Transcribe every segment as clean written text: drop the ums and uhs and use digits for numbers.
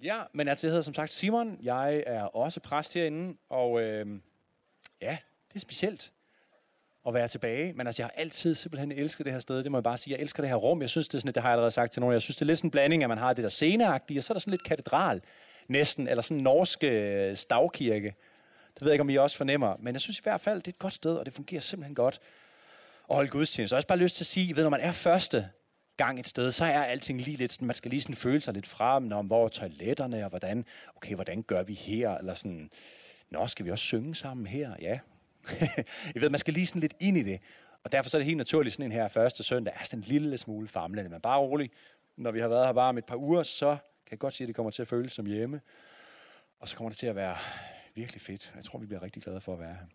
Ja, men altså, jeg hedder som sagt Simon. Jeg er også præst herinde, og ja, det er specielt at være tilbage. Men altså, jeg har altid simpelthen elsket det her sted. Det må jeg bare sige. Jeg elsker det her rum. Jeg synes, det er sådan, det har jeg allerede sagt til nogen. Jeg synes, det er lidt sådan en blanding, at man har det der sceneagtige, og så er der sådan lidt katedral næsten, eller sådan en norsk stavkirke. Det ved jeg ikke, om I også fornemmer. Men jeg synes i hvert fald, det er et godt sted, og det fungerer simpelthen godt at holde gudstjeneste. Og jeg har også bare lyst til at sige, når man er første gang et sted, så er alting lige lidt sådan, man skal lige sådan føle sig lidt frem, om hvor er toiletterne, og hvordan gør vi her, eller sådan, skal vi også synge sammen her? Ja. Jeg ved, man skal lige sådan lidt ind i det, og derfor så er det helt naturligt, sådan en her første søndag er sådan en lille smule famlende, men bare rolig. Når vi har været her bare om et par uger, så kan jeg godt sige, at det kommer til at føles som hjemme, og så kommer det til at være virkelig fedt. Jeg tror, vi bliver rigtig glade for at være her.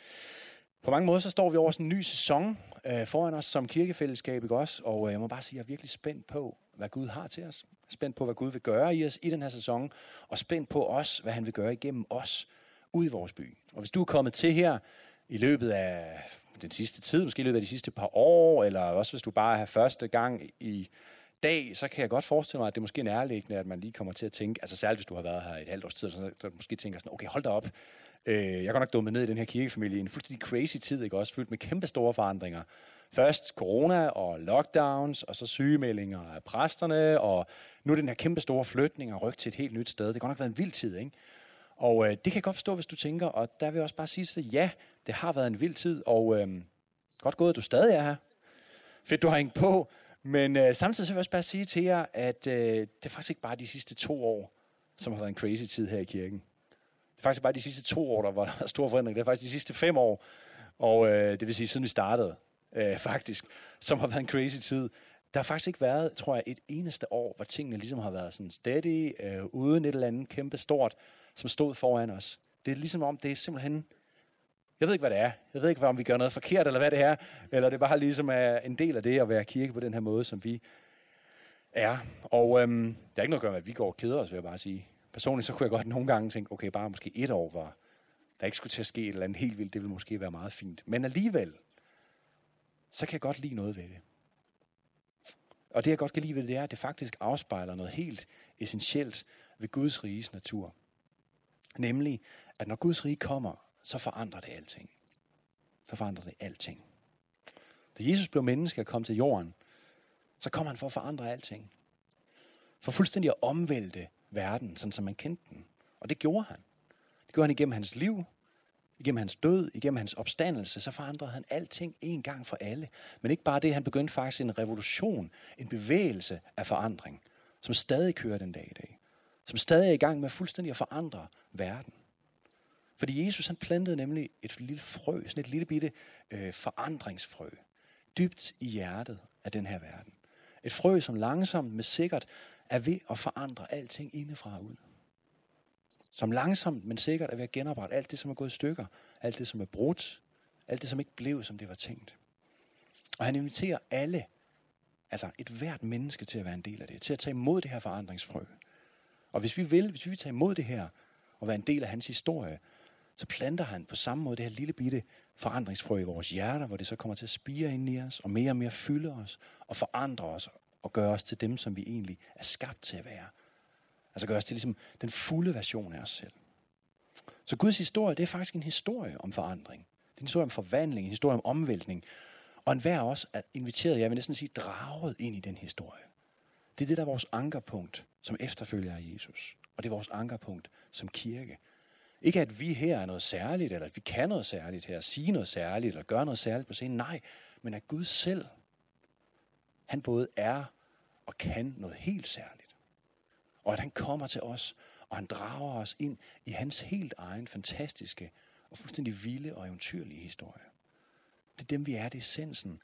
På mange måder så står vi over sådan en ny sæson foran os som kirkefællesskab, ikke også? Og jeg må bare sige, at jeg er virkelig spændt på, hvad Gud har til os. Spændt på, hvad Gud vil gøre i os i den her sæson. Og spændt på os, hvad han vil gøre igennem os ude i vores by. Og hvis du er kommet til her i løbet af den sidste tid, måske i løbet af de sidste par år, eller også hvis du bare er her første gang i dag, så kan jeg godt forestille mig, at det måske er nærliggende, at man lige kommer til at tænke, altså særligt hvis du har været her et halvt års tid, så du måske tænker sådan, okay, hold da op. Jeg går nok dummet ned i den her kirkefamilie i en fuldstændig crazy tid, ikke også? Fyldt med kæmpe store forandringer. Først corona og lockdowns, og så sygemeldinger af præsterne, og nu den her kæmpe store flytning og ryk til et helt nyt sted. Det har nok været en vild tid, ikke? Og det kan jeg godt forstå, hvis du tænker, og der vil jeg også bare sige til dig, ja, det har været en vild tid, og godt gået, at du stadig er her. Fedt, du har hængt på, men samtidig så vil jeg også bare sige til jer, at det er faktisk ikke bare de sidste 2 år, som har været en crazy tid her i kirken. Det er faktisk bare de sidste 2 år, der var store forandringer. Det er faktisk de sidste 5 år, og det vil sige, siden vi startede, faktisk, som har været en crazy tid. Der har faktisk ikke været, tror jeg, et eneste år, hvor tingene ligesom har været sådan steady, uden et eller andet kæmpe stort, som stod foran os. Det er ligesom om, det er simpelthen, jeg ved ikke, hvad det er. Jeg ved ikke, om vi gør noget forkert, eller hvad det er, eller det bare ligesom er en del af det at være kirke på den her måde, som vi er. Og der er ikke noget at gøre med, at vi går og keder os, vil jeg bare sige. Personligt så kunne jeg godt nogle gange tænke, okay, bare måske 1 år, hvor der ikke skulle til at ske et eller andet helt vildt, det ville måske være meget fint. Men alligevel, så kan jeg godt lide noget ved det. Og det jeg godt kan lide ved det er, at det faktisk afspejler noget helt essentielt ved Guds riges natur. Nemlig, at når Guds rige kommer, så forandrer det alting. Så forandrer det alting. Da Jesus blev menneske og kom til jorden, så kom han for at forandre alting. For fuldstændig at omvælte verden, sådan som man kendte den. Og det gjorde han. Det gjorde han igennem hans liv, igennem hans død, igennem hans opstandelse, så forandrede han alting en gang for alle. Men ikke bare det, han begyndte faktisk en revolution, en bevægelse af forandring, som stadig kører den dag i dag. Som stadig er i gang med fuldstændig at forandre verden. Fordi Jesus han plantede nemlig et lille frø, sådan et lille bitte forandringsfrø, dybt i hjertet af den her verden. Et frø, som langsomt, men sikkert er ved at forandre alting indefra og ud. Som langsomt, men sikkert er ved at genoprette alt det, som er gået i stykker. Alt det, som er brudt. Alt det, som ikke blev, som det var tænkt. Og han inviterer alle, altså et hvert menneske til at være en del af det. Til at tage imod det her forandringsfrø. Og hvis vi vil tage imod det her, og være en del af hans historie, så planter han på samme måde det her lille bitte forandringsfrø i vores hjerter, hvor det så kommer til at spire ind i os, og mere fylde os, og forandre os, og gøre os til dem, som vi egentlig er skabt til at være. Altså gøre os til ligesom den fulde version af os selv. Så Guds historie, det er faktisk en historie om forandring. Det er en historie om forvandling, en historie om omvæltning. Og enhver også er inviteret, jeg vil næsten sige, draget ind i den historie. Det er det, der er vores ankerpunkt som efterfølger af Jesus. Og det er vores ankerpunkt som kirke. Ikke at vi her er noget særligt, eller at vi kan noget særligt her, sige noget særligt, eller gøre noget særligt på scenen. Nej, men at Gud selv, han både er og kan noget helt særligt. Og at han kommer til os, og han drager os ind i hans helt egen fantastiske og fuldstændig vilde og eventyrlige historie. Det er dem, vi er, det er essensen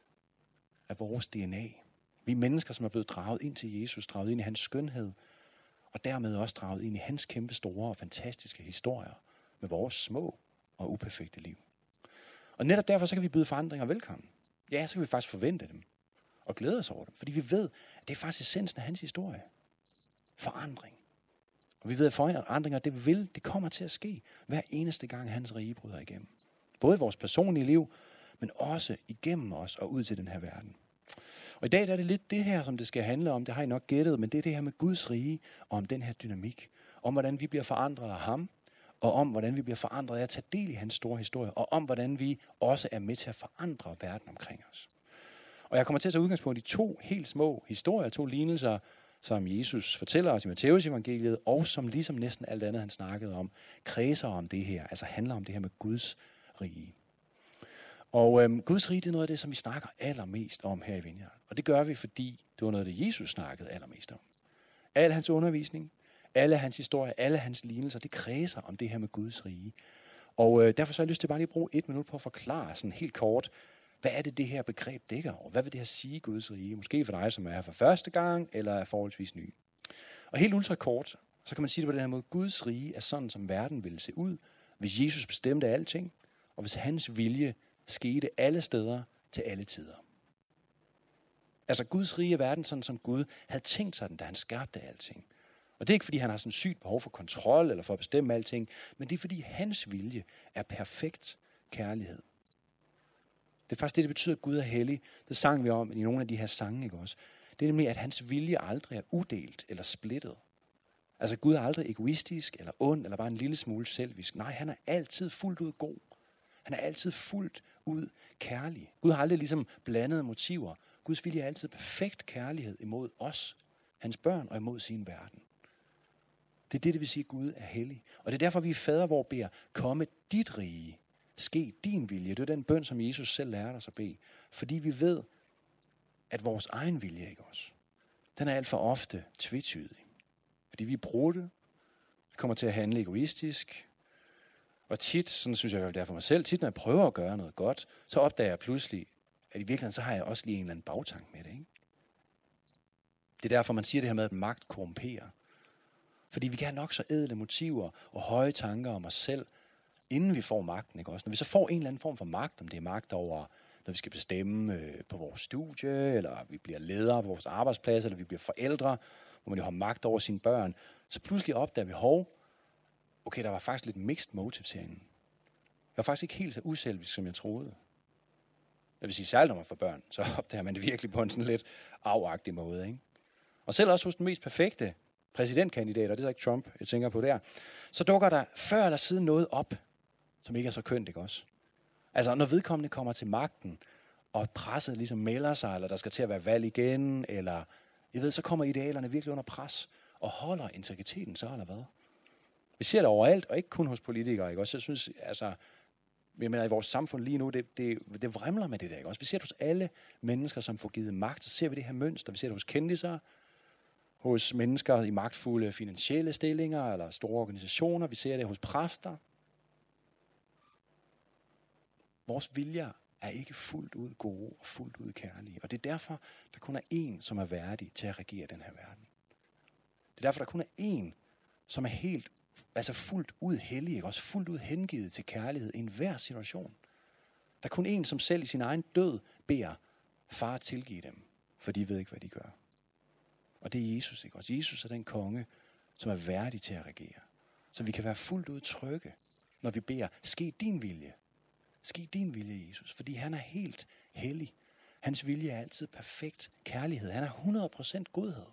af vores DNA. Vi er mennesker, som er blevet draget ind til Jesus, draget ind i hans skønhed, og dermed også draget ind i hans kæmpe store og fantastiske historier med vores små og uperfekte liv. Og netop derfor så kan vi byde forandringer velkommen. Ja, så kan vi faktisk forvente dem og glæde os over dem, fordi vi ved, at det er faktisk essensen af hans historie. Forandring. Og vi ved, at forandringer, det kommer til at ske hver eneste gang, hans rige bryder igennem. Både i vores personlige liv, men også igennem os og ud til den her verden. Og i dag er det lidt det her, som det skal handle om. Det har I nok gættet, men det er det her med Guds rige og om den her dynamik. Om hvordan vi bliver forandret af ham, og om hvordan vi bliver forandret af at tage del i hans store historie, og om hvordan vi også er med til at forandre verden omkring os. Og jeg kommer til at tage udgangspunkt i 2 helt små historier, 2 lignelser, som Jesus fortæller os i Matteus evangeliet, og som ligesom næsten alt andet, han snakkede om, kredser om det her, altså handler om det her med Guds rige. Og Guds rige, det er noget af det, som vi snakker allermest om her i Vineyard. Og det gør vi, fordi det var noget af det, Jesus snakkede allermest om. Al hans undervisning, alle hans historier, alle hans lignelser, det kredser om det her med Guds rige. Og derfor så har jeg lyst til bare lige at bruge 1 minut på at forklare sådan helt kort, hvad er det her begreb dækker over? Hvad vil det her sige, Guds rige? Måske for dig, som er her for første gang, eller er forholdsvis ny. Og helt ultrakort, så kan man sige det på den her måde, Guds rige er sådan, som verden ville se ud, hvis Jesus bestemte alting, og hvis hans vilje skete alle steder til alle tider. Altså Guds rige er verden sådan, som Gud havde tænkt sig den, da han skabte alting. Og det er ikke, fordi han har sådan sygt behov for kontrol, eller for at bestemme alting, men det er, fordi hans vilje er perfekt kærlighed. Det er faktisk det betyder, at Gud er hellig. Det sang vi om i nogle af de her sange, ikke også? Det er nemlig, at hans vilje aldrig er udelt eller splittet. Altså Gud er aldrig egoistisk eller ond, eller bare en lille smule selvisk. Nej, han er altid fuldt ud god. Han er altid fuldt ud kærlig. Gud har aldrig ligesom blandede motiver. Guds vilje er altid perfekt kærlighed imod os, hans børn og imod sin verden. Det er det vil sige, at Gud er hellig. Og det er derfor, vi i fader vor beder, komme dit rige. Ske din vilje. Det er den bøn, som Jesus selv lærte os at bede. Fordi vi ved, at vores egen vilje, ikke også, den er alt for ofte tvetydig. Fordi vi er brudte, vi kommer til at handle egoistisk, og tit, sådan synes jeg, det er for mig selv, tit når jeg prøver at gøre noget godt, så opdager jeg pludselig, at i virkeligheden, så har jeg også lige en eller anden bagtank med det, ikke? Det er derfor, man siger det her med, at magt korrumperer. Fordi vi kan have nok så ædle motiver og høje tanker om os selv, inden vi får magten, ikke også? Når vi så får en eller anden form for magt, om det er magt over, når vi skal bestemme på vores studie, eller vi bliver ledere på vores arbejdsplads, eller vi bliver forældre, hvor man jo har magt over sine børn, så pludselig opdager vi, okay, der var faktisk lidt mixed motives herinde. Jeg var faktisk ikke helt så uselvisk, som jeg troede. Jeg vil sige, særligt når man får børn, så opdager man det virkelig på en sådan lidt afagtig måde, ikke? Og selv også hos den mest perfekte præsidentkandidat, og det er ikke Trump, jeg tænker på der, så dukker der før eller siden noget op, som ikke er så kønt, ikke også? Altså, når vedkommende kommer til magten, og presset ligesom melder sig, eller der skal til at være valg igen, eller så kommer idealerne virkelig under pres, og holder integriteten så, eller hvad? Vi ser det overalt, og ikke kun hos politikere, ikke også? Jeg synes, altså, i vores samfund lige nu, det vrimler med det der, ikke også? Vi ser det hos alle mennesker, som får givet magt, så ser vi det her mønster. Vi ser det hos kendisser, hos mennesker i magtfulde finansielle stillinger, eller store organisationer. Vi ser det hos præster. Vores viljer er ikke fuldt ud gode og fuldt ud kærlige. Og det er derfor, der kun er én, som er værdig til at regere den her verden. Det er derfor, der kun er én, som er helt, altså fuldt ud hellig, ikke? Også fuldt ud hengivet til kærlighed i enhver situation. Der er kun én, som selv i sin egen død beder far tilgive dem, for de ved ikke, hvad de gør. Og det er Jesus, ikke? Også Jesus er den konge, som er værdig til at regere. Så vi kan være fuldt ud trygge, når vi beder, ske din vilje. Ske din vilje, Jesus, fordi han er helt hellig. Hans vilje er altid perfekt kærlighed. Han er 100% godhed.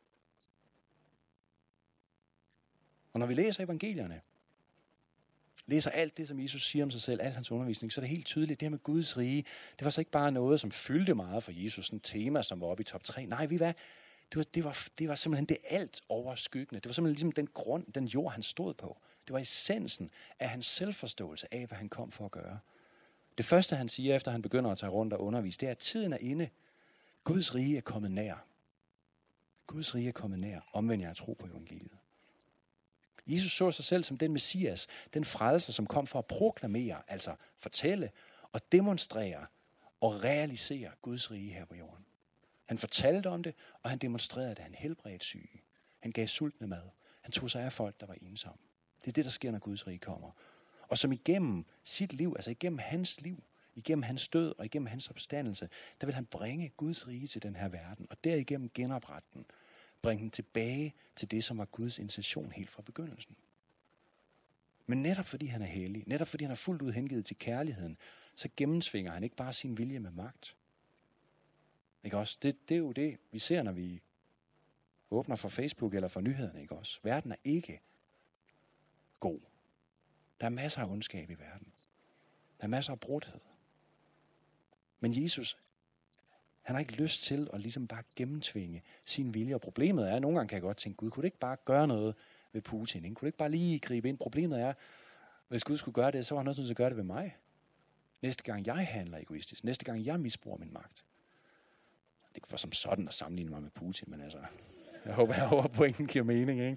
Og når vi læser evangelierne, læser alt det, som Jesus siger om sig selv, al hans undervisning, så er det helt tydeligt, det her med Guds rige, det var så ikke bare noget, som fyldte meget for Jesus, sådan et tema, som var oppe i top 3. Nej, det var simpelthen det alt overskyggende. Det var simpelthen ligesom den jord, han stod på. Det var essensen af hans selvforståelse af, hvad han kom for at gøre. Det første, han siger, efter han begynder at tage rundt og undervise, det er, at tiden er inde. Guds rige er kommet nær. Guds rige er kommet nær. Omvend jer at tro på evangeliet. Jesus så sig selv som den Messias, den frelser, som kom for at proklamere, altså fortælle og demonstrere og realisere Guds rige her på jorden. Han fortalte om det, og han demonstrerede det. Han helbredte syge. Han gav sultne mad. Han tog sig af folk, der var ensomme. Det er det, der sker, når Guds rige kommer. Og som igennem sit liv, altså igennem hans liv, igennem hans død og igennem hans opstandelse, der vil han bringe Guds rige til den her verden, og derigennem genoprette den. Bringe den tilbage til det, som var Guds intention helt fra begyndelsen. Men netop fordi han er hellig, netop fordi han er fuldt ud hengivet til kærligheden, så gennemsvinger han ikke bare sin vilje med magt. Ikke også? Det er jo det, vi ser, når vi åbner for Facebook eller for nyhederne, ikke også? Verden er ikke god. Der er masser af ondskab i verden. Der er masser af brudhed. Men Jesus, han har ikke lyst til at ligesom bare gennemtvinge sin vilje. Og problemet er, at nogle gange kan jeg godt tænke, Gud, kunne det ikke bare gøre noget ved Putin? Ikke? Kunne det ikke bare lige gribe ind? Problemet er, hvis Gud skulle gøre det, så var han også nødt til at gøre det ved mig. Næste gang jeg handler egoistisk. Næste gang jeg misbruger min magt. Det er ikke for som sådan at sammenligne mig med Putin, men altså, jeg håber pointen giver mening, ikke?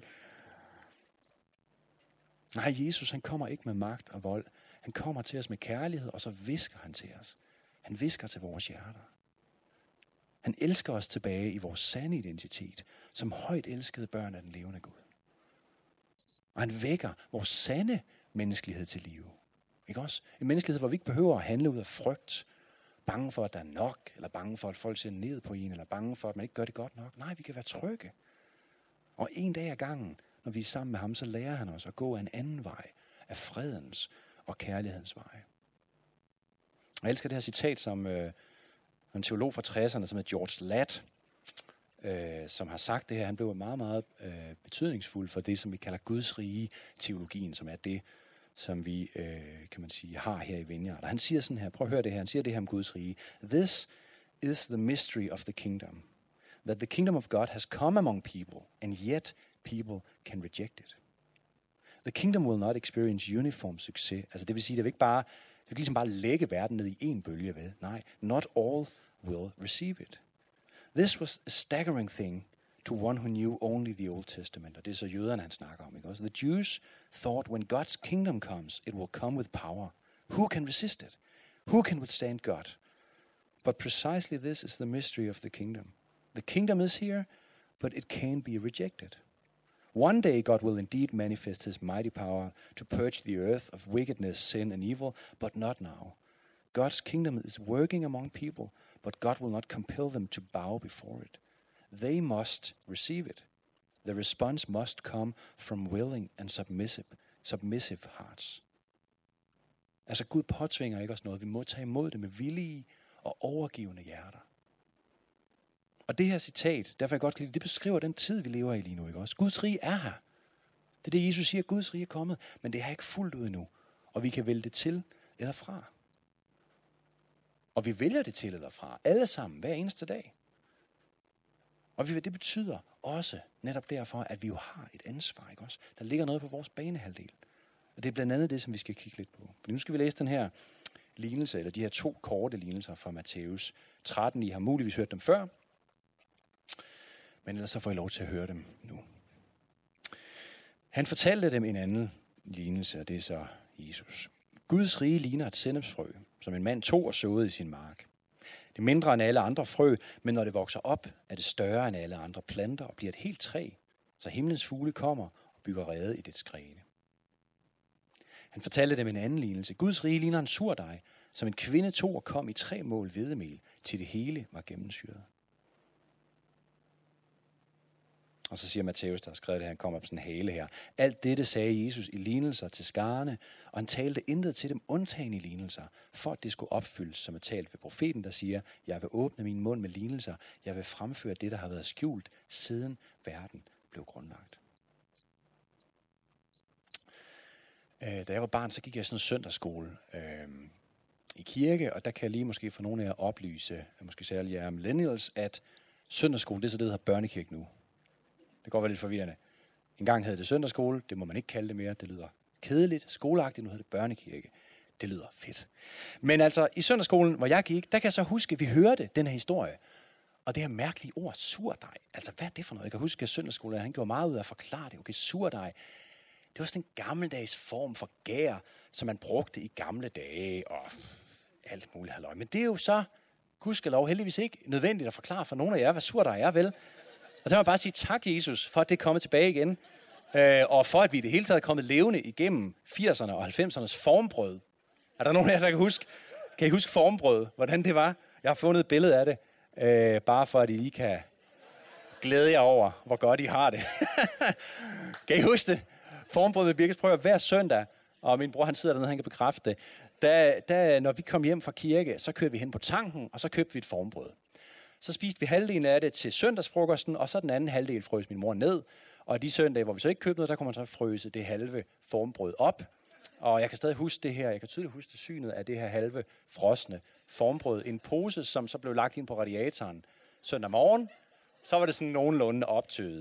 Nej, Jesus, han kommer ikke med magt og vold. Han kommer til os med kærlighed, og så visker han til os. Han visker til vores hjerter. Han elsker os tilbage i vores sande identitet, som højt elskede børn af den levende Gud. Og han vækker vores sande menneskelighed til live. Ikke også? En menneskelighed, hvor vi ikke behøver at handle ud af frygt, bange for, at der er nok, eller bange for, at folk ser ned på en, eller bange for, at man ikke gør det godt nok. Nej, vi kan være trygge. Og en dag ad gangen, når vi er sammen med ham, så lærer han os at gå en anden vej, af fredens og kærlighedens vej. Og jeg elsker det her citat, som en teolog fra 60'erne, som er George Ladd, som har sagt det her. Han blev meget, meget betydningsfuld for det, som vi kalder Guds rige teologien, som er det, som vi, kan man sige, har her i Vineyard. Og han siger sådan her, prøv at høre det her, han siger det her om Guds rige. This is the mystery of the kingdom. That the kingdom of God has come among people, and yet people can reject it. The kingdom will not experience uniform succes. Altså det vil sige, det vil ikke ligesom bare lægge verden ned i en bølge, vel? Nej, not all will receive it. This was a staggering thing to one who knew only the Old Testament. Og det er så jøderne, han snakker om, ikke også? The Jews thought when God's kingdom comes, it will come with power. Who can resist it? Who can withstand God? But precisely this is the mystery of the kingdom. The kingdom is here, but it can be rejected. One day God will indeed manifest his mighty power to purge the earth of wickedness, sin and evil, but not now. God's kingdom is working among people, but God will not compel them to bow before it. They must receive it. The response must come from willing and submissive hearts. Altså Gud påtvinger ikke os noget. Vi må tage imod det med villige og overgivende hjerter. Og det her citat, derfor jeg godt kan lide, det beskriver den tid, vi lever i lige nu, ikke også? Guds rige er her. Det er det, Jesus siger, Guds rige er kommet, men det er ikke fuldt ud endnu. Og vi kan vælge det til eller fra. Og vi vælger det til eller fra, alle sammen, hver eneste dag. Og det betyder også netop derfor, at vi jo har et ansvar, ikke også? Der ligger noget på vores banehalvdel. Og det er blandt andet det, som vi skal kigge lidt på. Nu skal vi læse den her lignelse, eller de her 2 korte lignelser fra Matthæus 13. I har muligvis hørt dem før, men ellers så får I lov til at høre dem nu. Han fortalte dem en anden lignelse, og det er så Jesus. Guds rige ligner et sennepsfrø, som en mand tog og såede i sin mark. Det er mindre end alle andre frø, men når det vokser op, er det større end alle andre planter og bliver et helt træ, så himlens fugle kommer og bygger rede i dets grene. Han fortalte dem en anden lignelse. Guds rige ligner en surdej, som en kvinde tog og kom i 3 mål hvedemel, til det hele var gennemsyret. Og så siger Matthæus, der har skrevet det her, han kommer på sådan en hale her. Alt dette sagde Jesus i lignelser til skarne, og han talte intet til dem undtagen i lignelser, for at det skulle opfyldes, som er talt ved profeten, der siger, jeg vil åbne min mund med lignelser, jeg vil fremføre det, der har været skjult, siden verden blev grundlagt. Da jeg var barn, så gik jeg i sådan en søndagsskole i kirke, og der kan jeg lige måske for nogle af jer oplyse, måske særligt jer millennials, at søndagsskole, det er så det, der hedder børnekirke nu. Det går være lidt forvirrende. En gang hed det søndagsskole, det må man ikke kalde det mere, det lyder kedeligt, skoleagtigt, nu hedder det børnekirke. Det lyder fedt. Men altså, i søndagsskolen, hvor jeg gik, der kan jeg så huske, at vi hørte den her historie. Og det her mærkelige ord, surdej. Altså, hvad er det for noget? Jeg kan huske, at søndagsskolen, han gjorde meget ud af at forklare det. Okay, surdej, det var sådan en gammeldags form for gær, som man brugte i gamle dage, og alt muligt halløj. Men det er jo så, gudskelov, heldigvis ikke nødvendigt at forklare for nogen af jer, hvad surdej er, vel? Og der må jeg bare sige tak, Jesus, for at det er kommet tilbage igen. Og for at vi i det hele taget er kommet levende igennem 80'erne og 90'ernes formbrød. Er der nogen af jer, der kan I huske formbrød? Hvordan det var? Jeg har fundet et billede af det. Bare for at I lige kan glæde jer over, hvor godt I har det. Kan I huske det? Formbrød med Birkes prøver hver søndag. Og min bror, han sidder dernede, han kan bekræfte det. Når vi kom hjem fra kirke, så kørte vi hen på tanken, og så købte vi et formbrød. Så spiste vi halvdelen af det til søndagsfrokosten, og så den anden halvdel frøs min mor ned. Og de søndage, hvor vi så ikke købte noget, der kunne man så frøse det halve formbrød op. Og jeg kan stadig huske det her, jeg kan tydeligt huske det synet af det her halve frosne formbrød. En pose, som så blev lagt ind på radiatoren søndag morgen. Så var det sådan nogenlunde optøet,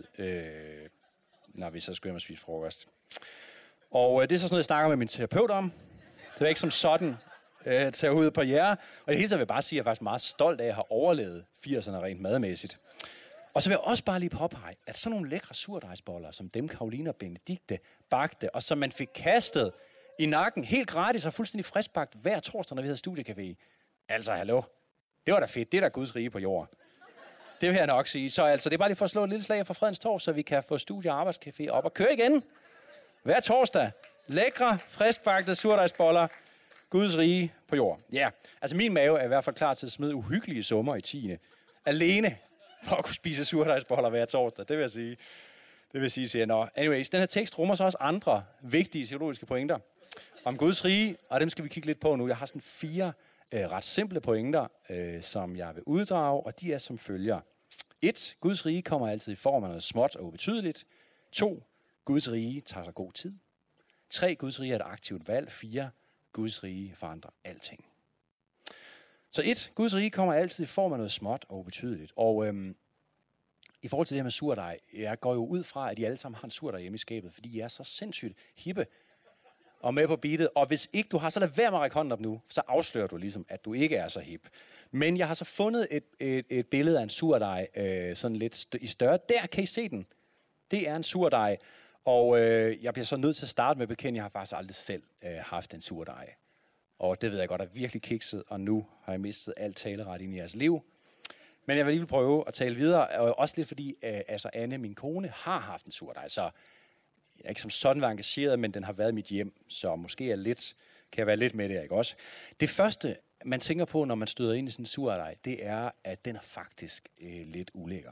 når vi så skulle hjem og spise frokost. Og det er så sådan noget, jeg snakker med min terapeut om. Det var ikke som sådan tage ud på jer. Og det hele taget vil jeg bare sige, at jeg er faktisk meget stolt af, at jeg har overlevet 80'erne rent madmæssigt. Og så vil jeg også bare lige påpege, at sådan nogle lækre surdejsboller, som dem Karoline og Benedikte bagte, og som man fik kastet i nakken helt gratis og fuldstændig friskbagt hver torsdag, når vi havde studiecafé. Altså, hallo. Det var da fedt. Det er da Guds rige på jord. Det vil jeg nok sige. Så altså, det er bare lige for at slå et lille slag for Fredens Torv, så vi kan få studie- og arbejdscafé op og køre igen. Hver torsdag. Lækre, friskbagte surdejsboller. Guds rige på jord. Ja, altså min mave er i hvert fald klar til at smide uhyggelige summer i 10. Alene for at kunne spise surdejsboller hver torsdag. Det vil jeg sige. Det vil sige, siger jeg. Nå, anyways, den her tekst rummer så også andre vigtige teologiske pointer om Guds rige, og dem skal vi kigge lidt på nu. Jeg har sådan 4 ret simple pointer, som jeg vil uddrage, og de er som følger. 1. Guds rige kommer altid i form af noget småt og ubetydeligt. 2. Guds rige tager sig god tid. 3. Guds rige er et aktivt valg. 4. Guds rige forandrer alting. Så 1. Guds rige kommer altid i form af noget småt og ubetydeligt. Og i forhold til det her med surdej, jeg går jo ud fra, at I alle sammen har en surdej hjemme i skabet, fordi I er så sindssygt hippe og med på beatet. Og hvis ikke du har, så lad være med at række hånden op nu, så afslører du ligesom, at du ikke er så hip. Men jeg har så fundet et billede af en surdej, sådan lidt i større. Der kan I se den. Det er en surdej, og jeg bliver så nødt til at starte med at bekende, jeg har faktisk aldrig selv haft en surdej. Og det ved jeg godt er virkelig kikset, og nu har jeg mistet alt taleret ind i jeres liv. Men jeg vil lige prøve at tale videre, og også lidt fordi, altså Anne, min kone, har haft en surdej, så jeg er ikke som sådan været engageret, men den har været i mit hjem, så måske kan jeg være lidt med det, ikke også? Det første, man tænker på, når man støder ind i sådan en surdej, det er, at den er faktisk lidt ulækker.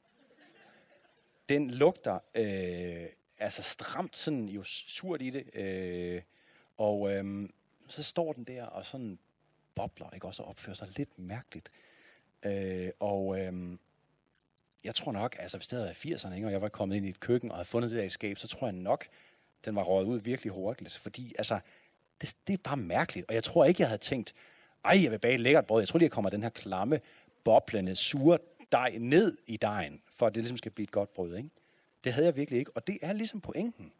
Den lugter altså stramt sådan jo surt i det, og så står den der og sådan bobler, ikke også, og opfører sig lidt mærkeligt. Jeg tror nok, altså hvis det havde været 80'erne, ikke, og jeg var kommet ind i et køkken og havde fundet det der i et skab, så tror jeg nok, den var røget ud virkelig hurtigt. Fordi altså, det er bare mærkeligt. Og jeg tror ikke, jeg havde tænkt, jeg vil bage et lækkert brød. Jeg tror lige, jeg kommer den her klamme, boblende, sure dej ned i dejen, for at det ligesom skal blive et godt brød. Ikke? Det havde jeg virkelig ikke. Og det er ligesom pointen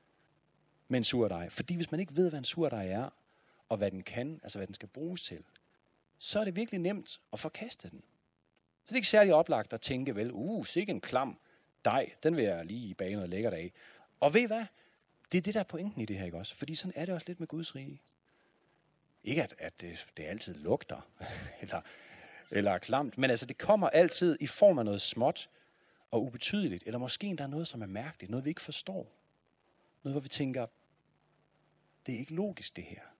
med en surdej. Fordi hvis man ikke ved, hvad en surdej er, og hvad den kan, altså hvad den skal bruges til, så er det virkelig nemt at forkaste den. Så det er ikke særlig oplagt at tænke, vel, sikke en klam dej, den vil jeg lige bage noget lækkert af. Og ved I hvad? Det er det, der er pointen i det her, ikke også? Fordi sådan er det også lidt med Guds rige. Ikke at det altid lugter, eller er klamt, men altså det kommer altid i form af noget småt og ubetydeligt, eller måske endda noget, som er mærkeligt, noget vi ikke forstår. Noget, hvor vi tænker, det er ikke logisk det her.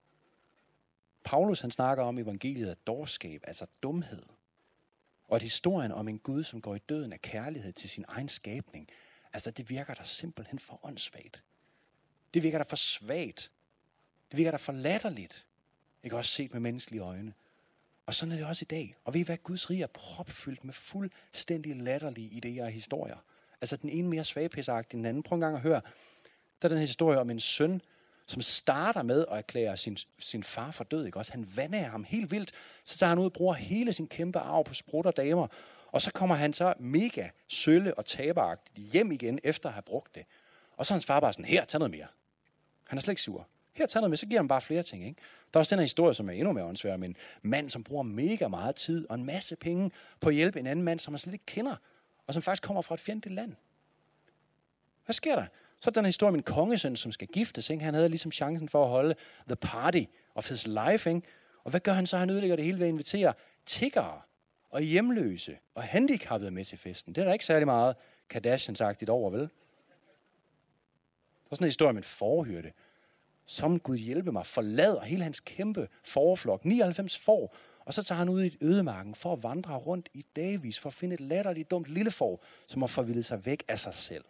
Paulus, han snakker om evangeliet af dårskab, altså dumhed. Og at historien om en Gud, som går i døden af kærlighed til sin egen skabning, altså det virker der simpelthen for åndssvagt. Det virker der for svagt. Det virker der for latterligt. Ikke også set med menneskelige øjne. Og sådan er det også i dag. Og ved I hvad? Guds rige er propfyldt med fuldstændig latterlige idéer og historier. Altså den ene mere svagpissagtig end den anden. Prøv en gang at høre. Der er den her historie om en søn, som starter med at erklære sin far for død. Ikke også? Han vandager ham helt vildt. Så tager han ud og bruger hele sin kæmpe arv på sprut og damer. Og så kommer han så mega sølle og taberagtigt hjem igen, efter at have brugt det. Og så er hans far bare sådan, her, tag noget mere. Han er slet ikke sur. Her, tag noget mere, så giver han bare flere ting. Ikke? Der er også den her historie, som er endnu mere åndssvær, om en mand, som bruger mega meget tid og en masse penge på at hjælpe en anden mand, som han slet ikke kender, og som faktisk kommer fra et fjendtligt land. Hvad sker der? Så er den her historie om en kongesøn, som skal giftes. Ikke? Han havde ligesom chancen for at holde the party of his life. Ikke? Og hvad gør han så? Han ødelægger det hele ved at invitere tiggere og hjemløse og handicappede med til festen. Det er der ikke særlig meget Kardashians-agtigt over, vel? Der er sådan en historie om en fårehyrde, som Gud hjælpe mig, forlader hele hans kæmpe fåreflok, 99 får, og så tager han ud i et ødemarken for at vandre rundt i dagvis, for at finde et latterligt dumt lille får, som har forvildet sig væk af sig selv.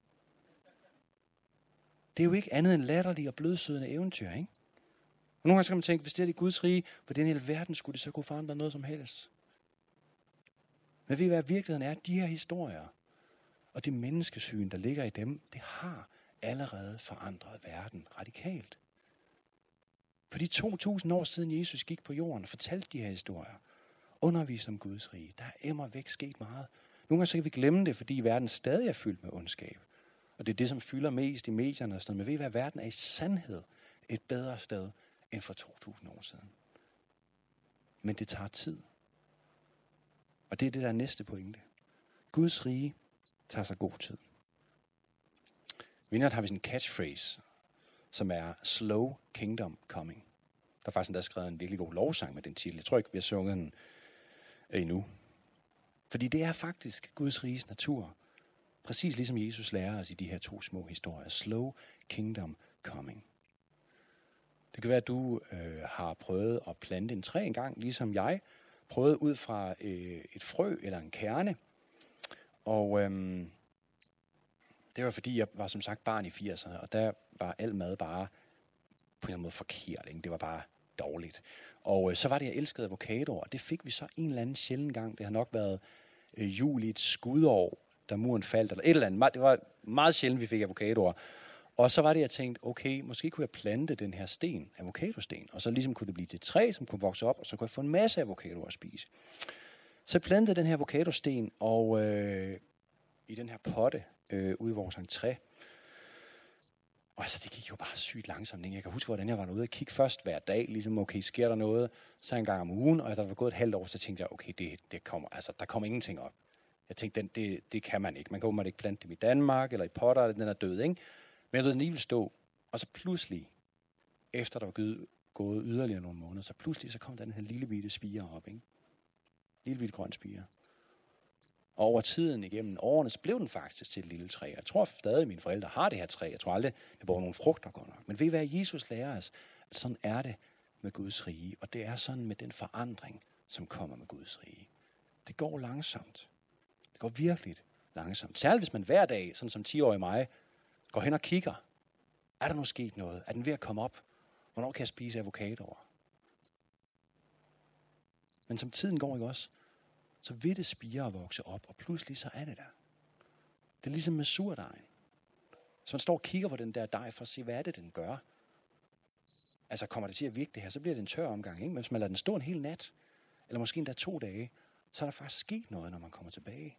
Det er jo ikke andet end latterlige og blødsødende eventyr, ikke? Og nogle gange skal man tænke, hvis det er det Guds rige, hvordan i hele verden skulle det så kunne forandre noget som helst? Men ved I hvad virkeligheden er? De her historier og det menneskesyn, der ligger i dem, det har allerede forandret verden radikalt. For de 2000 år siden Jesus gik på jorden og fortalte de her historier, underviste om Guds rige, der er immer væk sket meget. Nogle gange så kan vi glemme det, fordi verden stadig er fyldt med ondskab. Og det er det, som fylder mest i medierne og sådan noget. Men ved I hvad, verden er i sandhed et bedre sted end for 2000 år siden. Men det tager tid. Og det er det, der er næste pointe. Guds rige tager sig god tid. Vindert har vi sådan en catchphrase, som er Slow Kingdom Coming. Der er faktisk endda skrevet en virkelig god lovsang med den titel. Jeg tror ikke, vi har sunget den endnu. Fordi det er faktisk Guds riges natur. Præcis ligesom Jesus lærer os i de her 2 små historier. Slow Kingdom Coming. Det kan være, at du har prøvet at plante en træ engang, ligesom jeg. Prøvet ud fra et frø eller en kerne. Og det var fordi, jeg var som sagt barn i 80'erne, og der var al mad bare på en eller anden måde forkert. Ikke? Det var bare dårligt. Og så var det, jeg elskede avocadoer, og det fik vi så en eller anden sjælden gang. Det har nok været jul i et skudår, da muren faldt, eller et eller andet. Det var meget sjældent, vi fik avocadoer. Og så var det, jeg tænkte, okay, måske kunne jeg plante den her sten, avocadosten, og så ligesom kunne det blive til et træ, som kunne vokse op, og så kunne jeg få en masse avocadoer at spise. Så jeg plantede den her avocadosten, og i den her potte ude i vores entré. Og altså, det gik jo bare sygt langsomt. Ikke? Jeg kan huske, hvordan jeg var ude og kigge først hver dag, ligesom, okay, sker der noget? Så en gang om ugen, og der var gået et halvt år, så tænkte jeg, okay, det kommer, altså, der kommer ingenting op. Jeg tænkte, det kan man ikke. Man kan åbenbart ikke plante dem i Danmark, eller i potter, den er død, ikke? Men jeg ved, den lige ville stå, og så pludselig, efter der var gået yderligere nogle måneder, så pludselig så kom der den her lille bitte spire op, ikke? Lille bitte grøn spire. Og over tiden igennem årene, så blev den faktisk til et lille træ. Jeg tror stadig, at mine forældre har det her træ. Jeg tror aldrig, det var nogle frugter godt nok. Men ved I hvad, Jesus lærer os, at sådan er det med Guds rige. Og det er sådan med den forandring, som kommer med Guds rige. Det går langsomt. Det går virkelig langsomt. Særligt hvis man hver dag, sådan som 10-årig mig, går hen og kigger. Er der nu sket noget? Er den ved at komme op? Hvornår kan jeg spise avocadoer? Men som tiden går, ikke også? Så vil det spire og vokse op, og pludselig så er det der. Det er ligesom med surdejen. Så man står og kigger på den der dej for at se, hvad er det, den gør. Altså kommer det til at virke det her, så bliver det en tør omgang. Ikke? Men hvis man lader den stå en hel nat, eller måske endda 2 dage, så er der faktisk sket noget, når man kommer tilbage.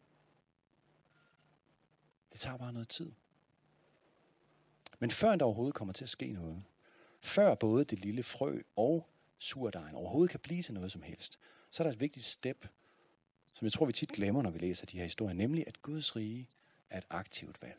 Det tager bare noget tid. Men før der overhovedet kommer til at ske noget, før både det lille frø og surdejen overhovedet kan blive til noget som helst, så er der et vigtigt step, som jeg tror, vi tit glemmer, når vi læser de her historier, nemlig at Guds rige er et aktivt valg.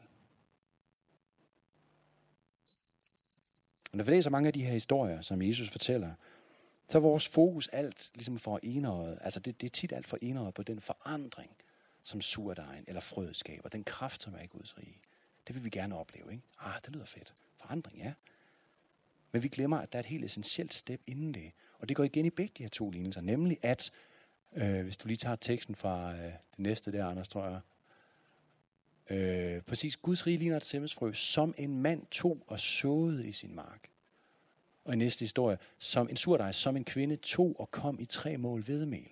Og når vi læser mange af de her historier, som Jesus fortæller, så er vores fokus alt ligesom for enøjet, altså det er tit alt for enøjet på den forandring, som surdejen eller frøet skaber, den kraft, som er i Guds rige. Det vil vi gerne opleve, ikke? Det lyder fedt. Forandring, ja. Men vi glemmer, at der er et helt essentielt step inden det. Og det går igen i begge de her 2 lignelser, nemlig at hvis du lige tager teksten fra det næste der, Anders, tror jeg. Præcis, Guds rige ligner et semmelfrø, som en mand tog og såede i sin mark. Og i næste historie, som en surdej, som en kvinde tog og kom i 3 mål hvedemel.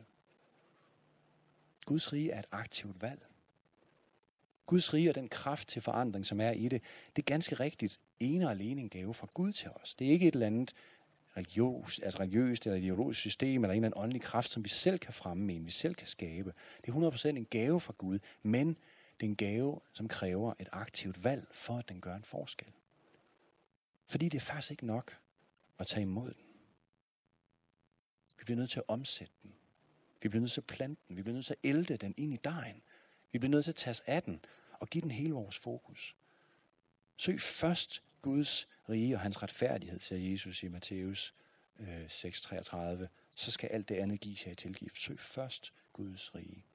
Guds rige er et aktivt valg. Guds rige og den kraft til forandring, som er i det, det er ganske rigtigt ene og alene en gave fra Gud til os. Det er ikke et eller andet religiøst eller ideologisk system, eller en eller anden åndelig kraft, som vi selv kan fremme, vi selv kan skabe. Det er 100% en gave fra Gud, men det er en gave, som kræver et aktivt valg, for at den gør en forskel. Fordi det er faktisk ikke nok at tage imod den. Vi bliver nødt til at omsætte den. Vi bliver nødt til at plante den. Vi bliver nødt til at ælte den ind i dejen. Vi bliver nødt til at tage os af den og give den hele vores fokus. Søg først Guds rige og hans retfærdighed, siger Jesus i Matthæus 6:33. Så skal alt det andet gives jer i tilgift. Søg først Guds rige.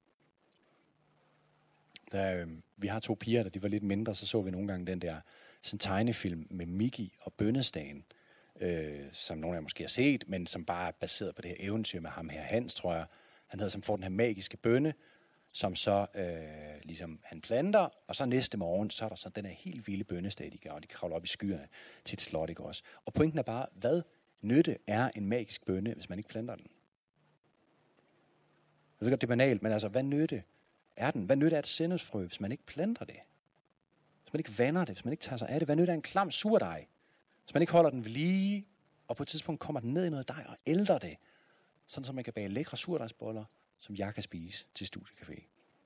Vi har 2 piger, da de var lidt mindre, så vi nogle gange den der sådan tegnefilm med Mickey og bønnestagen, som nogle af jer måske har set, men som bare er baseret på det her eventyr med ham her, Hans, tror jeg. Han hedder, som får den her magiske bønne, som så ligesom han planter, og så næste morgen, så er der så den her helt vilde bønnestat, og de kravler op i skyerne til et slot, ikke også? Og pointen er bare, hvad nytte er en magisk bønne, hvis man ikke planter den? Jeg ved godt, det er banalt, men altså, hvad nytte er den? Hvad nytter af et sennepsfrø, hvis man ikke planter det? Hvis man ikke vander det, hvis man ikke tager sig af det? Hvad nytter af en klam surdej, hvis man ikke holder den ved lige, og på et tidspunkt kommer den ned i noget dej og ælder det, sådan så man kan bage lækre surdejsboller, som jeg kan spise til Studiecafé.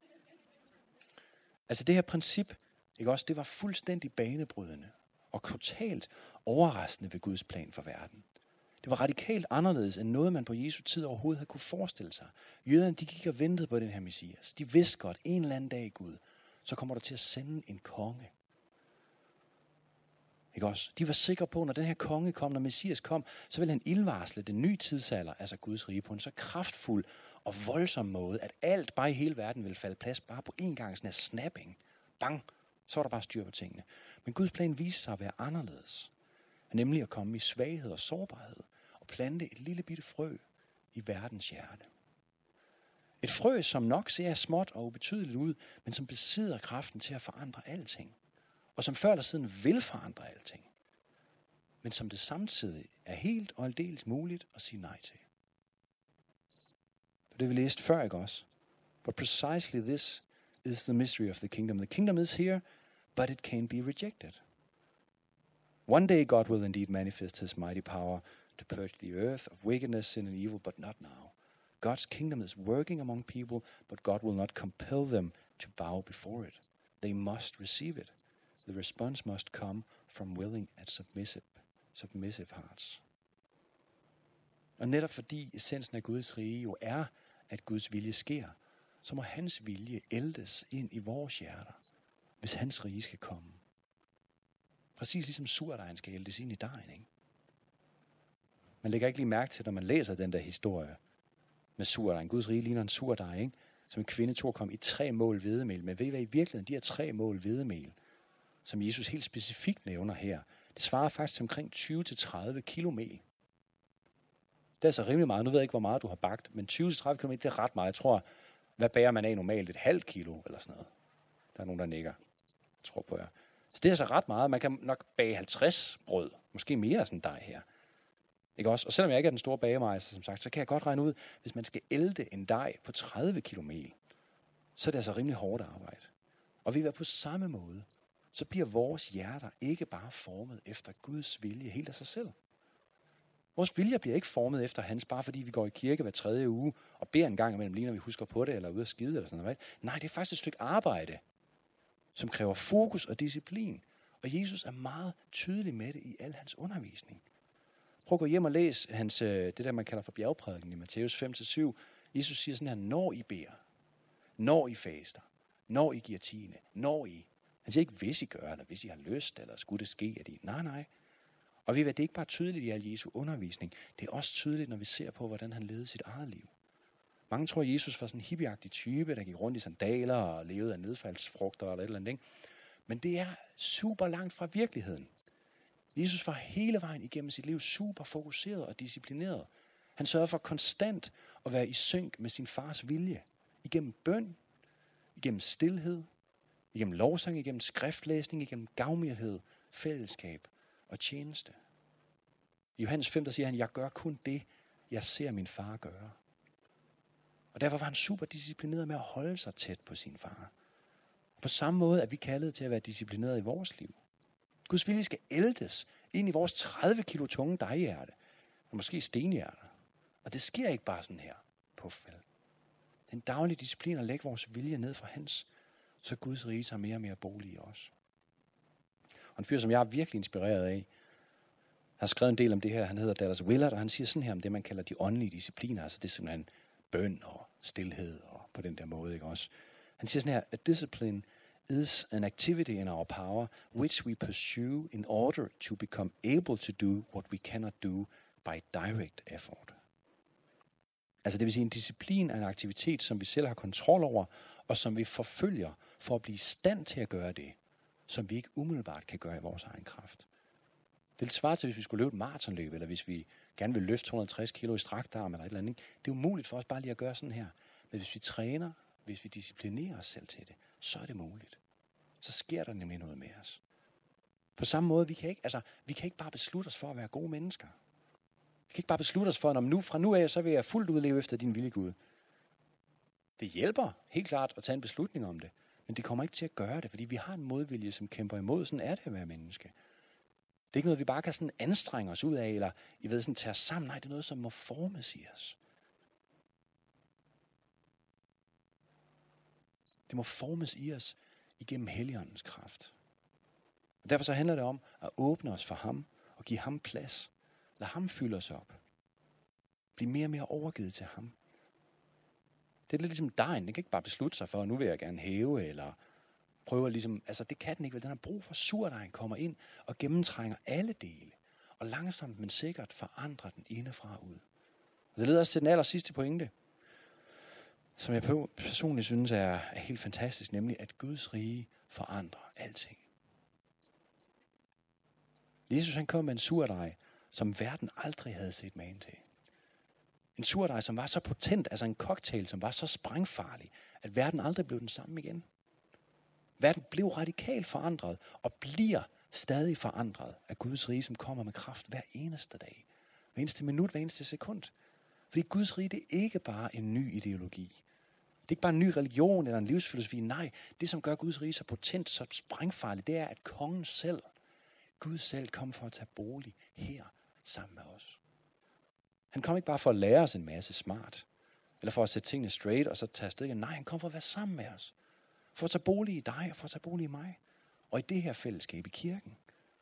Altså det her princip, ikke også, det var fuldstændig banebrydende og totalt overraskende ved Guds plan for verden. Det var radikalt anderledes end noget, man på Jesu tid overhovedet havde kunne forestille sig. Jøderne, de gik og ventede på den her Messias. De vidste godt, en eller anden dag, Gud, så kommer der til at sende en konge. Ikke også? De var sikre på, når den her konge kom, når Messias kom, så ville han ildvarsle den nye tidsalder, altså Guds rige, på en så kraftfuld og voldsom måde, at alt bare i hele verden ville falde plads, bare på en gang, sådan en snapping. Bang! Så var der bare styr på tingene. Men Guds plan viste sig at være anderledes. Nemlig at komme i svaghed og sårbarhed og plante et lille bitte frø i verdens hjerte. Et frø, som nok ser småt og ubetydeligt ud, men som besidder kraften til at forandre alting. Og som før eller siden vil forandre alting. Men som det samtidig er helt og aldeles muligt at sige nej til. Det vi læste før, ikke også? But precisely this is the mystery of the kingdom. The kingdom is here, but it can't be rejected. One day God will indeed manifest his mighty power to purge the earth of wickedness, sin and evil, but not now. God's kingdom is working among people, but God will not compel them to bow before it. They must receive it. The response must come from willing and submissive hearts. Og netop fordi essensen af Guds rige jo er, at Guds vilje sker, så må hans vilje ældes ind i vores hjerter, hvis hans rige skal komme. Præcis ligesom surdejen skal ældes ind i dejen, ikke? Man lægger ikke lige mærke til, når man læser den der historie med surdejen. Guds rige ligner en surdej, ikke? Som en kvinde tog kom i 3 mål hvedemel. Men ved I hvad, i virkeligheden, de her 3 mål hvedemel, som Jesus helt specifikt nævner her, det svarer faktisk til omkring 20-30 kilo mel. Det er altså rimelig meget. Nu ved jeg ikke, hvor meget du har bagt, men 20-30 kilo mel, det er ret meget. Jeg tror, hvad bager man af normalt? Et halvt kilo eller sådan noget. Der er nogen, der nikker. Jeg tror på jer. Så det er altså ret meget. Man kan nok bage 50 brød. Måske mere sådan dej her. Ikke også? Og selvom jeg ikke er den store bagemeister, som sagt, så kan jeg godt regne ud, hvis man skal ælte en dej på 30 kilo mel, så er det altså rimelig hårdt arbejde. Og vi vil være på samme måde, så bliver vores hjerter ikke bare formet efter Guds vilje helt af sig selv. Vores vilje bliver ikke formet efter hans, bare fordi vi går i kirke hver 3. uge og beder en gang imellem, lige når vi husker på det, eller er ude at skide, eller sådan noget. Nej, det er faktisk et stykke arbejde, som kræver fokus og disciplin. Og Jesus er meget tydelig med det i al hans undervisning. Prøv at gå hjem og læs hans, det der, man kalder for bjergprædiken i Matthæus 5-7. Jesus siger sådan her, når I beder, når I faster, når I giver tiende, når I. Han siger ikke, hvis I gør, eller hvis I har lyst, eller skulle det ske, at I. Nej. Og vi ved, det er ikke bare tydeligt i al Jesu undervisning. Det er også tydeligt, når vi ser på, hvordan han levede sit eget liv. Mange tror, Jesus var sådan en hippieagtig type, der gik rundt i sandaler og levede af nedfaldsfrugter eller et eller andet. Ikke? Men det er super langt fra virkeligheden. Jesus var hele vejen igennem sit liv super fokuseret og disciplineret. Han sørgede for konstant at være i synk med sin fars vilje. Igennem bøn, igennem stilhed, igennem lovsang, igennem skriftlæsning, igennem gavmildhed, fællesskab og tjeneste. I Johannes 5, der siger han, jeg gør kun det, jeg ser min far gøre. Og derfor var han super disciplineret med at holde sig tæt på sin far. Og på samme måde er vi kaldet til at være disciplineret i vores liv. Guds vilje skal ældes ind i vores 30 kilo tunge dejhjerte, og måske stenhjerte. Og det sker ikke bare sådan her. Puffel. Det er en daglig disciplin at lægge vores vilje ned for hans, så Guds rige tager mere og mere bolig i os. Og en fyr, som jeg er virkelig inspireret af, har skrevet en del om det her. Han hedder Dallas Willard, og han siger sådan her om det, man kalder de åndelige discipliner. Altså det er simpelthen bøn og stilhed og på den der måde, ikke også? Han siger sådan her, a discipline is an activity in our power which we pursue in order to become able to do what we cannot do by direct effort. Altså det vil sige, en disciplin er en aktivitet, som vi selv har kontrol over, og som vi forfølger for at blive i stand til at gøre det, som vi ikke umiddelbart kan gøre i vores egen kraft. Det er lidt svaret til, hvis vi skulle løbe et maratonløb, eller hvis vi gerne vil løfte 260 kilo i strakt arm, eller et eller andet. Det er umuligt for os bare lige at gøre sådan her. Men hvis vi træner, hvis vi disciplinerer os selv til det, så er det muligt. Så sker der nemlig noget med os. På samme måde, vi kan ikke bare beslutte os for at være gode mennesker. Vi kan ikke bare beslutte os for, at fra nu af, så vil jeg fuldt ud leve efter din vilje, Gud. Det hjælper helt klart at tage en beslutning om det, men det kommer ikke til at gøre det, fordi vi har en modvilje, som kæmper imod. Sådan er det at være menneske. Det er ikke noget, vi bare kan sådan anstrenge os ud af, eller sådan tage os sammen. Nej, det er noget, som må formes i os. Det må formes i os igennem Helligåndens kraft. Og derfor så handler det om at åbne os for ham og give ham plads. Lad ham fylde os op. Bliv mere og mere overgivet til ham. Det er lidt ligesom dejen. Den kan ikke bare beslutte sig for, at nu vil jeg gerne hæve, eller prøve at ligesom, altså det kan den ikke, vel? Den har brug for surdejen kommer ind og gennemtrænger alle dele, og langsomt, men sikkert forandrer den indefra ud. Og det leder os til den aller sidste pointe, som jeg personligt synes er helt fantastisk, nemlig at Guds rige forandrer alting. Jesus han kom med en surdej, som verden aldrig havde set magen til. En surdej, som var så potent, altså en cocktail, som var så sprængfarlig, at verden aldrig blev den samme igen. Verden blev radikalt forandret, og bliver stadig forandret af Guds rige, som kommer med kraft hver eneste dag. Hver eneste minut, hver eneste sekund. Fordi Guds rige, det er ikke bare en ny ideologi. Det er ikke bare en ny religion eller en livsfilosofi. Nej, det som gør Guds rige så potent, så sprængfarligt, det er, at kongen selv, Gud selv, kom for at tage bolig her sammen med os. Han kom ikke bare for at lære os en masse smart, eller for at sætte tingene straight og så tage afsted igen. Nej, han kom for at være sammen med os. For at tage bolig i dig og for at tage bolig i mig. Og i det her fællesskab i kirken.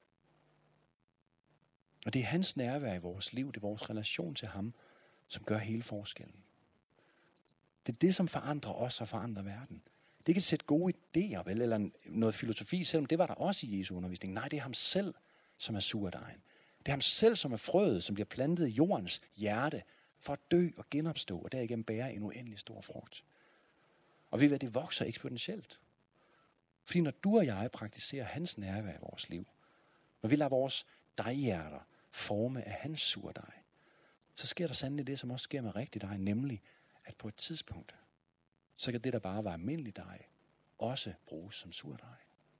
Og det er hans nærvær i vores liv, det er vores relation til ham, som gør hele forskellen. Det er det, som forandrer os og forandrer verden. Det er ikke et sæt gode idéer, vel, eller noget filosofi, selvom det var der også i Jesu undervisning. Nej, det er ham selv, som er surdejen. Det er ham selv, som er frøet, som bliver plantet i jordens hjerte, for at dø og genopstå, og derigennem bære en uendelig stor frugt. Og ved hvad, det vokser eksponentielt. Fordi når du og jeg praktiserer hans nærvær i vores liv, når vi lader vores deghjerter forme af hans surdej, så sker der sandelig det, som også sker med rigtig dej, nemlig at på et tidspunkt, så kan det, der bare var almindelig dej, også bruges som surdej.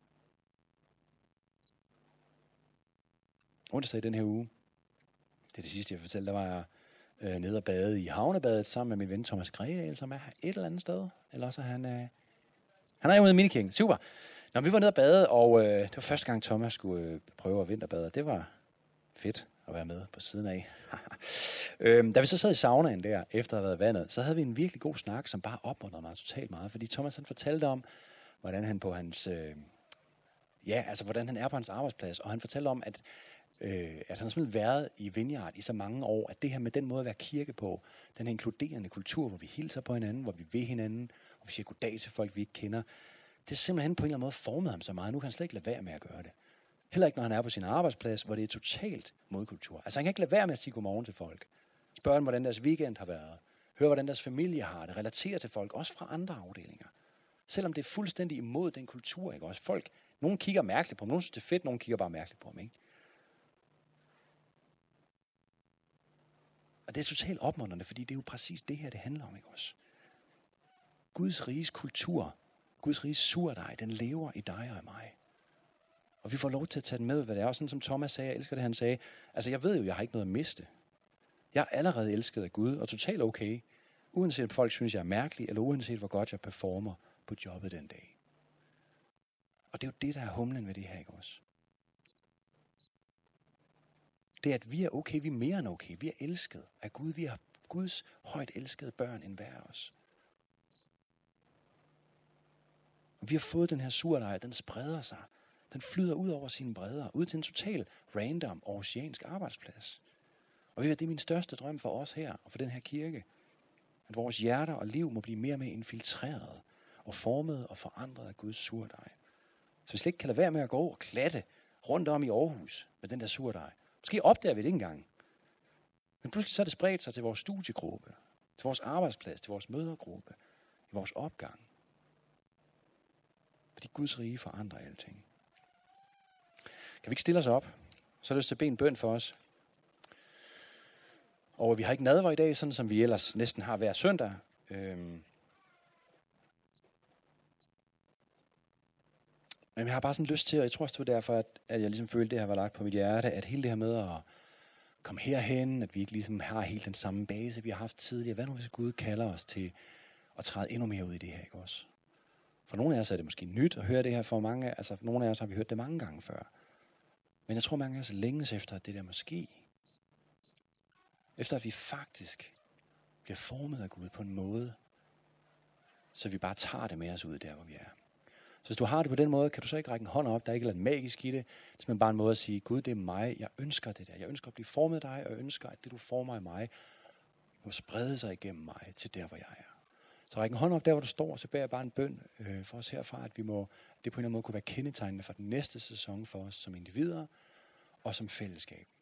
Onsdag i den her uge, det er det sidste, jeg fortalte, der var jeg nede og bade i havnebadet sammen med min ven Thomas Gredal, som er et eller andet sted. Eller også han er ude i minikirken. Super. Når vi var nede og bade, og det var første gang Thomas skulle prøve at vinterbade. Det var fedt at være med på siden af. Da vi så sad i saunaen der, efter at have været vandet, så havde vi en virkelig god snak, som bare opmuntrede mig totalt meget. Fordi Thomas han fortalte om, hvordan han på hans, hvordan han er på hans arbejdsplads. Og han fortalte om, at han har simpelthen været i Vineyard i så mange år, at det her med den måde at være kirke på, den her inkluderende kultur, hvor vi hilser på hinanden, hvor vi ved hinanden, og vi siger goddag til folk, vi ikke kender, det er simpelthen på en eller anden måde formet ham så meget. Nu kan han slet ikke lade være med at gøre det. Heller ikke, når han er på sin arbejdsplads, hvor det er totalt modkultur. Altså han kan ikke lade være med at sige godmorgen til folk. Spørge dem, hvordan deres weekend har været. Høre, hvordan deres familie har det. Relatere til folk, også fra andre afdelinger. Selvom det er fuldstændig imod den kultur, ikke også? Folk, nogen kigger mærkeligt på ham, nogen synes det er fedt, nogen kigger bare mærkeligt på ham, ikke? Og det er totalt opmuntrende, fordi det er jo præcis det her, det handler om, ikke også? Guds riges kultur, Guds riges surdej, den lever i dig og i mig. Og vi får lov til at tage den med, hvad det er. Og sådan som Thomas sagde, jeg elsker det, han sagde. Altså jeg ved jo, jeg har ikke noget at miste. Jeg er allerede elsket af Gud, og totalt okay. Uanset om folk synes, jeg er mærkelig, eller uanset hvor godt jeg performer på jobbet den dag. Og det er jo det, der er humlen ved det her, ikke også? Det er, at vi er okay, vi er mere end okay. Vi er elsket af Gud. Vi er Guds højt elskede børn end hver af os. Og vi har fået den her surdej, den spreder sig. Den flyder ud over sine bredder, ud til en total random oceansk arbejdsplads. Og det er min største drøm for os her, og for den her kirke. At vores hjerter og liv må blive mere og mere infiltreret, og formet og forandret af Guds surdej. Så vi slet ikke kan lade være med at gå og klatte rundt om i Aarhus med den der surdej. Måske opdager vi det ikke engang. Men pludselig så er det spredt sig til vores studiegruppe, til vores arbejdsplads, til vores mødergruppe, i vores opgang. Fordi Guds rige forandrer alting. Kan vi ikke stille os op? Så har jeg lyst til at bede en bøn for os. Og vi har ikke nadver i dag, sådan som vi ellers næsten har hver søndag. Men jeg har bare sådan lyst til, og jeg tror også, det var derfor, at jeg ligesom følte, at det her var lagt på mit hjerte, at hele det her med at komme herhen, at vi ikke ligesom har helt den samme base, vi har haft tidligere. Hvad nu, hvis Gud kalder os til at træde endnu mere ud i det her, ikke også? For nogle af os er det måske nyt at høre det her, for nogle af os har vi hørt det mange gange før. Men jeg tror, mange af os længes efter, at det der måske, efter at vi faktisk bliver formet af Gud på en måde, så vi bare tager det med os ud der, hvor vi er. Så hvis du har det på den måde, kan du så ikke række en hånd op, der er ikke noget magisk i det. Det er simpelthen bare en måde at sige, Gud, det er mig, jeg ønsker det der. Jeg ønsker at blive formet af dig, og jeg ønsker, at det du former i mig, må sprede sig igennem mig til der, hvor jeg er. Så ræk en hånd op der, hvor du står, så beder jeg bare en bøn for os herfra, at det på en eller anden måde kunne være kendetegnende for den næste sæson for os som individer og som fællesskab.